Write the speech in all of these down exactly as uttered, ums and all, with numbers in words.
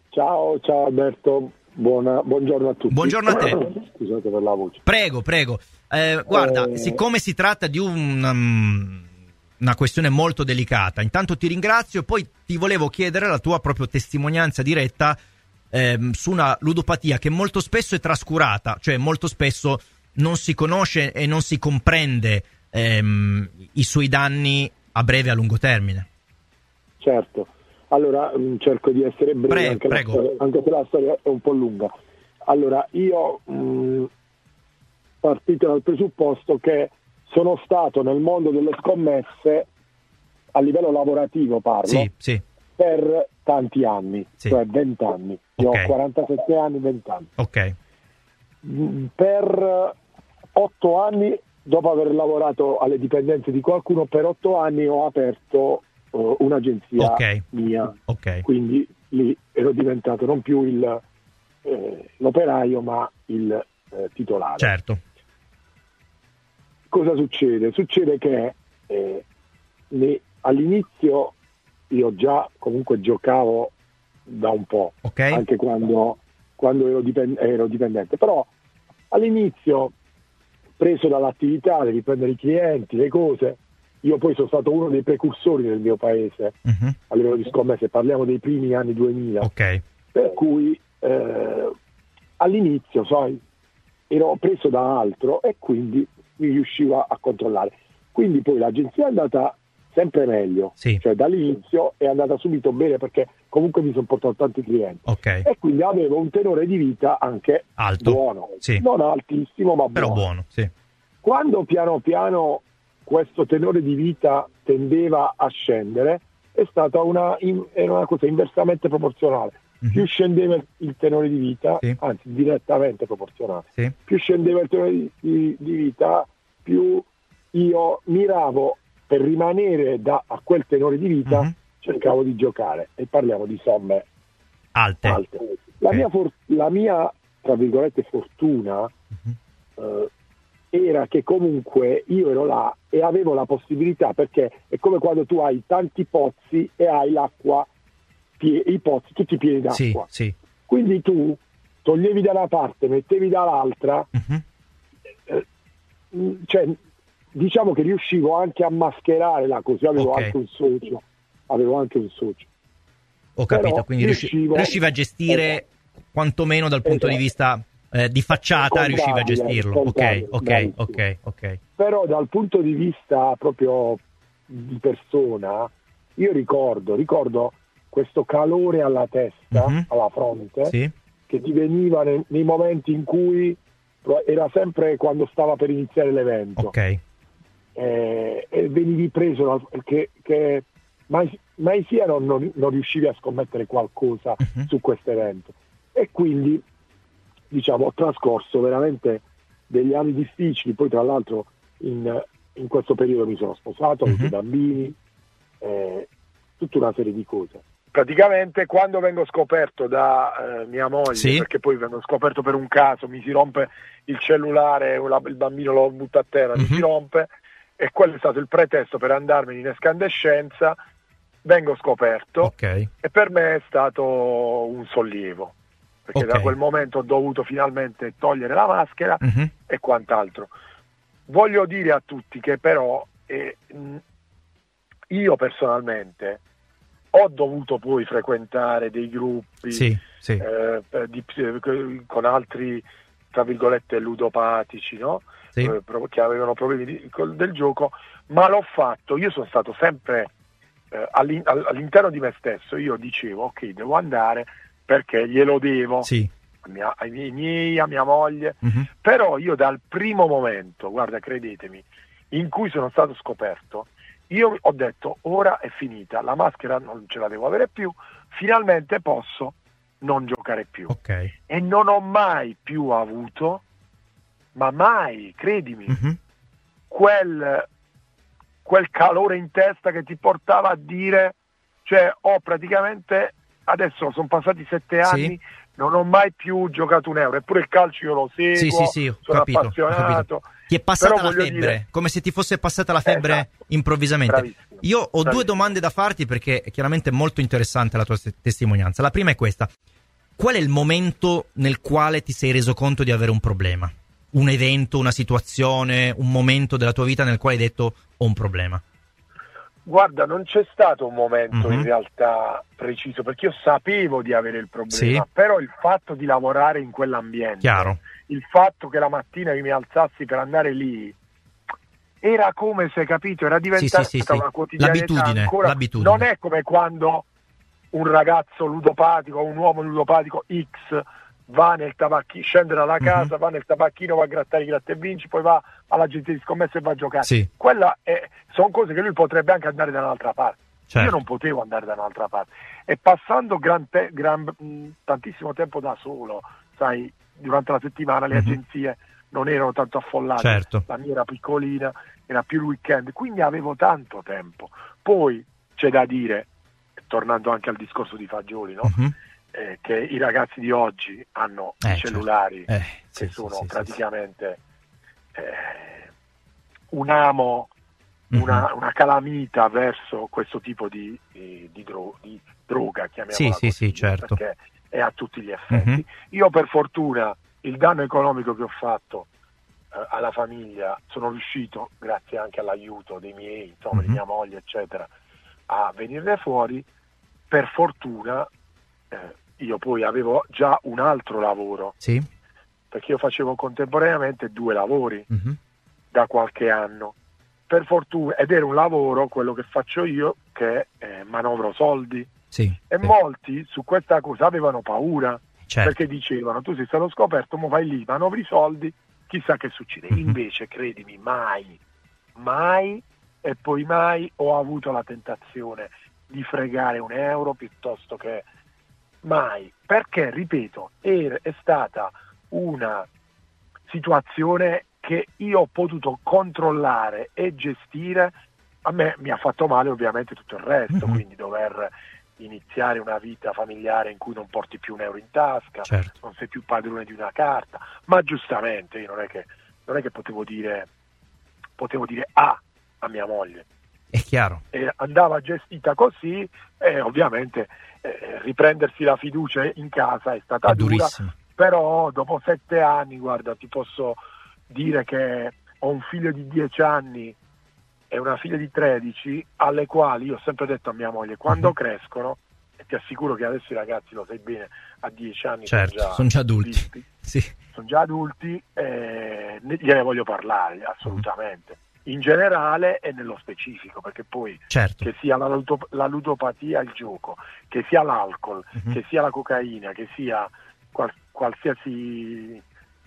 Ciao, ciao Alberto, Buona, buongiorno a tutti. Buongiorno a te. Scusate per la voce. Prego, prego. Eh, guarda, Eh... siccome si tratta di un, um, una questione molto delicata, intanto ti ringrazio, poi ti volevo chiedere la tua proprio testimonianza diretta ehm, su una ludopatia che molto spesso è trascurata, cioè molto spesso non si conosce e non si comprende ehm, i suoi danni a breve e a lungo termine. Certo. Allora, mh, cerco di essere breve, Pre- anche, prego. La storia, anche se la storia è un po' lunga. Allora, io mh, partito dal presupposto che sono stato nel mondo delle scommesse, a livello lavorativo parlo, Sì, sì. per tanti anni, Sì. cioè venti anni. Io Ok. ho quarantasette anni, venti anni. Ok. Mh, Per otto anni, dopo aver lavorato alle dipendenze di qualcuno, per otto anni ho aperto uh, un'agenzia Ok. mia. Ok. Quindi lì ero diventato non più il, eh, l'operaio, ma il eh, titolare. Certo. Cosa succede? Succede che eh, ne, all'inizio io già comunque giocavo da un po', Ok. anche quando, quando ero, dipend- ero dipendente, però all'inizio, preso dall'attività di riprendere i clienti, le cose, io poi sono stato uno dei precursori del mio paese Mhm. a livello di scommesse, parliamo dei primi anni duemila, Ok. per cui eh, all'inizio sai, ero preso da altro e quindi mi riuscivo a controllare. Quindi poi l'agenzia è andata sempre meglio, Sì. cioè dall'inizio è andata subito bene perché comunque mi sono portato tanti clienti Ok. e quindi avevo un tenore di vita anche Alto. buono, Sì. non altissimo ma Però buono. buono, sì. Quando piano piano questo tenore di vita tendeva a scendere, è stata una, in- era una cosa inversamente proporzionale. Mhm. Più scendeva il- il tenore di vita, Sì. anzi direttamente proporzionale, Sì. più scendeva il tenore di, di- di vita, più io miravo per rimanere da, a quel tenore di vita, Mhm. cercavo di giocare, e parliamo di somme Alte. alte. La Ok. mia, for- la mia, tra virgolette, fortuna Mhm. eh, era che comunque io ero là e avevo la possibilità, perché è come quando tu hai tanti pozzi e hai l'acqua, pie- i pozzi tutti pieni Sì, d'acqua, sì. quindi tu toglievi da una parte, mettevi dall'altra, Mhm. eh, mh, cioè diciamo che riuscivo anche a mascherare la cosa. Io avevo Ok. anche un socio, avevo anche un socio. Ho capito, Però quindi riusci- riuscivo- riuscivi a gestire quantomeno dal punto di Esatto. vista eh, di facciata, Contabile, riuscivi a gestirlo. Ok, contabile, ok, bravissimo. ok, ok. Però dal punto di vista proprio di persona, io ricordo, ricordo questo calore alla testa, Mhm. alla fronte, Sì, che ti veniva nei, nei momenti in cui era sempre quando stava per iniziare l'evento, ok. eh, e venivi preso dal, che, che mai, mai sia non, non, non riuscivi a scommettere qualcosa Mhm. su questo evento, e quindi diciamo ho trascorso veramente degli anni difficili. Poi tra l'altro in, in questo periodo mi sono sposato, ho avuto Mhm. bambini, eh, tutta una serie di cose. Praticamente quando vengo scoperto da eh, mia moglie, Sì. perché poi vengo scoperto per un caso, mi si rompe il cellulare, la- il bambino lo butta a terra, mi Mhm. si rompe, e quello è stato il pretesto per andarmene in escandescenza. Vengo scoperto, Ok. e per me è stato un sollievo, perché Ok. da quel momento ho dovuto finalmente togliere la maschera Mhm. e quant'altro. Voglio dire a tutti che però eh, mh, io personalmente ho dovuto poi frequentare dei gruppi Sì, sì. eh, per- di- con altri, tra virgolette, ludopatici, no? Sì. Eh, pro- che avevano problemi di- col- del gioco, ma l'ho fatto, io sono stato sempre eh, all'in- all- all'interno di me stesso. Io dicevo ok, devo andare perché glielo devo Sì. a mia- ai miei, miei, a mia moglie. Mhm. Però io dal primo momento, guarda, credetemi, in cui sono stato scoperto, io ho detto ora è finita, la maschera non ce la devo avere più, finalmente posso non giocare più. Ok. E non ho mai più avuto, ma mai, credimi, Mhm. quel, quel calore in testa che ti portava a dire, cioè ho praticamente, adesso sono passati sette Sì. anni, non ho mai più giocato un euro, eppure il calcio io lo seguo, Sì, sì, sì, ho sono capito, ho appassionato. capito. Ti è passata Però la voglio febbre, dire- come se ti fosse passata la febbre Esatto. improvvisamente. Bravissimo, Io ho due bravissimo. domande da farti perché è chiaramente molto interessante la tua te- testimonianza. La prima è questa. qual è il momento nel quale ti sei reso conto di avere un problema? Un evento, una situazione, un momento della tua vita nel quale hai detto ho un problema? Guarda, non c'è stato un momento Mm-hmm. in realtà preciso, perché io sapevo di avere il problema, Sì. però il fatto di lavorare in quell'ambiente, Chiaro. il fatto che la mattina io mi alzassi per andare lì, era come se, capito, era diventata Sì, sì, sì, sì. una quotidianità. L'abitudine, ancora. l'abitudine. Non è come quando un ragazzo ludopatico, un uomo ludopatico X va nel tabacchino, scende dalla casa, Mhm. va nel tabacchino, va a grattare i gratta e vinci, poi va all'agenzia di scommesse e va a giocare. Sì. Quella è, sono cose che lui potrebbe anche andare da un'altra parte. Certo. Io non potevo andare da un'altra parte. E passando gran te, gran, mh, tantissimo tempo da solo, sai, durante la settimana le Mhm. agenzie non erano tanto affollate, Certo. la mia era piccolina, era più il weekend, quindi avevo tanto tempo. Poi c'è da dire, tornando anche al discorso di Fagioli, no? Mhm. Eh, che i ragazzi di oggi hanno Eh, i cellulari certo. Eh, che sì, sono sì, sì, praticamente eh, un amo, Mhm. una, una calamita verso questo tipo di, di, di, dro- di droga, chiamiamola Sì, sì, così, sì, certo. perché è a tutti gli effetti. Mhm. Io per fortuna il danno economico che ho fatto eh, alla famiglia sono riuscito, grazie anche all'aiuto dei miei, insomma, Mhm. di mia moglie, eccetera, a venirne fuori. Per fortuna eh, io poi avevo già un altro lavoro, Sì. perché io facevo contemporaneamente due lavori Mhm. da qualche anno. Per fortuna, ed era un lavoro, quello che faccio io, che eh, manovro soldi. Sì. E Sì. molti su questa cosa avevano paura, Certo. perché dicevano: tu sei stato scoperto, mo vai lì, manovri soldi, chissà che succede. Mhm. Invece, credimi, mai, mai e poi mai ho avuto la tentazione di fregare un euro piuttosto che mai, perché, ripeto, è, è stata una situazione che io ho potuto controllare e gestire. A me mi ha fatto male ovviamente tutto il resto, Mhm. quindi dover iniziare una vita familiare in cui non porti più un euro in tasca, Certo. non sei più padrone di una carta, ma giustamente io non è che, non è che potevo dire potevo dire ah a mia moglie. È chiaro. E andava gestita così e ovviamente eh, riprendersi la fiducia in casa è stata È dura, durissimo. però dopo sette anni, guarda, ti posso dire che ho un figlio di dieci anni e una figlia di tredici, alle quali io ho sempre detto a mia moglie, quando Mhm. crescono, e ti assicuro che adesso i ragazzi, lo sai bene, a dieci anni Certo, sono già, sono già adulti. visti, Sì. sono già adulti, eh, ne- gliene voglio parlare assolutamente, in generale e nello specifico, perché poi Certo. che sia la, ludo- la ludopatia, il gioco, che sia l'alcol, Mhm. che sia la cocaina, che sia qual- qualsiasi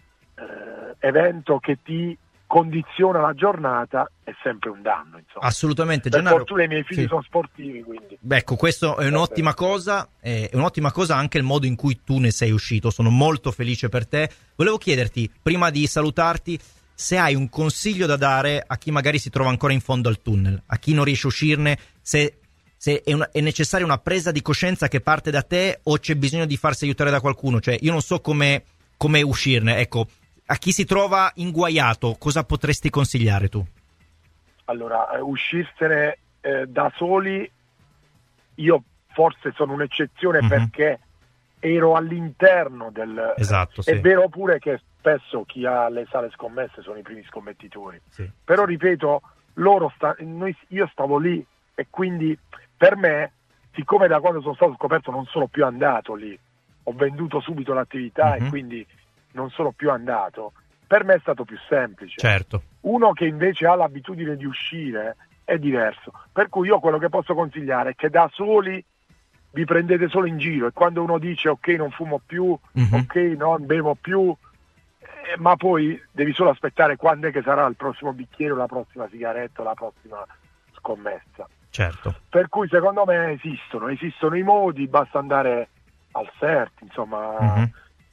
eh, evento che ti condiziona la giornata, è sempre un danno, insomma. Assolutamente, Per Gennaro. fortuna i miei figli Sì. sono sportivi, quindi Beh, ecco, questo è un'ottima cosa, è un'ottima cosa anche il modo in cui tu ne sei uscito, sono molto felice per te. Volevo chiederti, prima di salutarti, se hai un consiglio da dare a chi magari si trova ancora in fondo al tunnel, a chi non riesce a uscirne, se, se è, una, è necessaria una presa di coscienza che parte da te o c'è bisogno di farsi aiutare da qualcuno, cioè io non so come, come uscirne, ecco, a chi si trova inguaiato, cosa potresti consigliare tu? allora eh, uscirsene eh, da soli, io forse sono un'eccezione, Mhm. perché ero all'interno del... Esatto, È sì. vero pure che spesso chi ha le sale scommesse sono i primi scommettitori, Sì. però ripeto, loro sta... noi... io stavo lì e quindi per me, siccome da quando sono stato scoperto non sono più andato lì, ho venduto subito l'attività Mhm. e quindi non sono più andato, per me è stato più semplice. Certo. Uno che invece ha l'abitudine di uscire è diverso, per cui io quello che posso consigliare è che da soli vi prendete solo in giro, e quando uno dice ok non fumo più, Mhm. ok non bevo più, eh, ma poi devi solo aspettare quando è che sarà il prossimo bicchiere, la prossima sigaretta, la prossima scommessa. Certo. Per cui secondo me esistono, esistono i modi, basta andare al C E R T, insomma, Mhm.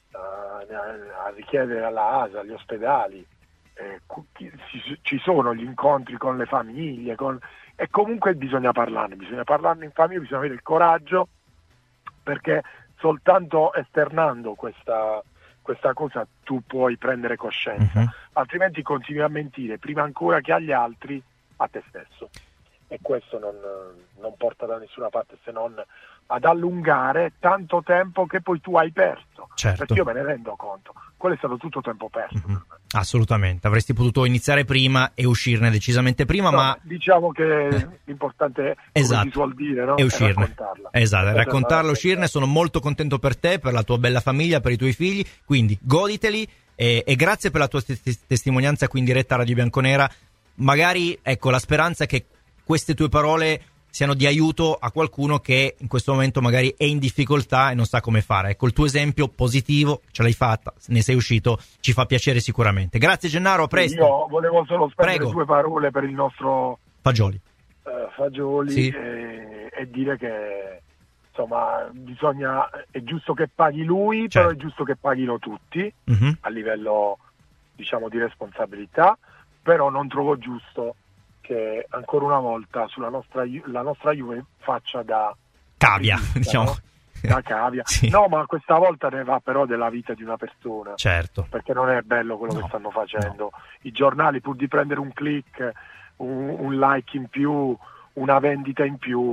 a, a richiedere alla A S A, agli ospedali, eh, cu- chi- ci, ci sono gli incontri con le famiglie, con, e comunque bisogna parlarne, bisogna parlarne in famiglia, bisogna avere il coraggio, perché soltanto esternando questa, questa cosa tu puoi prendere coscienza, Mhm. altrimenti continui a mentire prima ancora che agli altri, a te stesso. E questo non, non porta da nessuna parte, se non ad allungare tanto tempo che poi tu hai perso, certo. Perché io me ne rendo conto, quello è stato tutto tempo perso. Mm-hmm. Assolutamente, avresti potuto iniziare prima e uscirne decisamente prima, no, ma diciamo che l'importante è, esatto. come si suol dire, no? E uscirne. È raccontarla. Esatto, è raccontarla, è uscirne. Sono molto contento per te, per la tua bella famiglia, per i tuoi figli, quindi goditeli e, e grazie per la tua tes- testimonianza qui in diretta a Radio Bianconera. Magari, ecco, la speranza è che queste tue parole siano di aiuto a qualcuno che in questo momento magari è in difficoltà e non sa come fare. Ecco, il tuo esempio positivo, ce l'hai fatta, ne sei uscito, ci fa piacere sicuramente. Grazie Gennaro, a presto. Io volevo solo spendere Prego. due parole per il nostro Fagioli, uh, Fagioli sì. e, e dire che insomma bisogna, è giusto che paghi lui, certo. Però è giusto che paghino tutti, mm-hmm. a livello diciamo di responsabilità, però non trovo giusto che ancora una volta sulla nostra la nostra Juve faccia da cavia, rivista, diciamo. No? Da cavia. Sì. No, ma questa volta ne va però della vita di una persona. Certo. Perché non è bello quello No, che stanno facendo. no. I giornali, pur di prendere un click, un, un like in più, una vendita in più,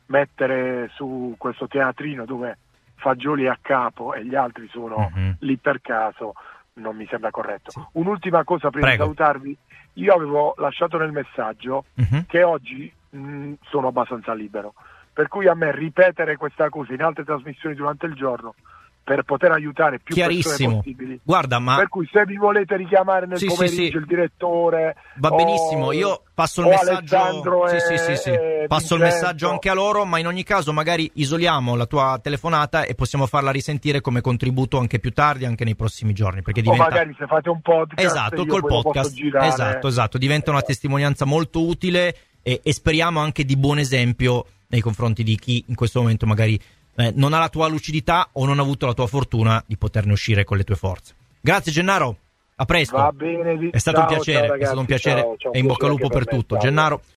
mettere su questo teatrino dove Fagioli è a capo e gli altri sono mm-hmm. lì per caso, non mi sembra corretto. Sì. Un'ultima cosa prima Prego. di salutarvi. Io avevo lasciato nel messaggio mm-hmm. che oggi mh, sono abbastanza libero, per cui a me ripetere questa cosa in altre trasmissioni durante il giorno per poter aiutare più persone possibili. Guarda, ma per cui se vi volete richiamare nel sì, pomeriggio sì, sì. il direttore va o, benissimo, io passo il o messaggio Alessandro sì, e, sì, sì, sì. passo il messaggio anche a loro, ma in ogni caso magari isoliamo la tua telefonata e possiamo farla risentire come contributo anche più tardi, anche nei prossimi giorni, perché diventa... o magari se fate un podcast esatto, io col poi lo posso podcast girare. esatto, esatto, diventa una testimonianza molto utile e, e speriamo anche di buon esempio nei confronti di chi in questo momento magari eh, non ha la tua lucidità o non ha avuto la tua fortuna di poterne uscire con le tue forze. Grazie Gennaro, a presto. Va bene, è stato ciao, un piacere, ciao, è stato un ragazzi, piacere ciao, ciao, e in bocca al lupo per, per me, tutto. ciao. Gennaro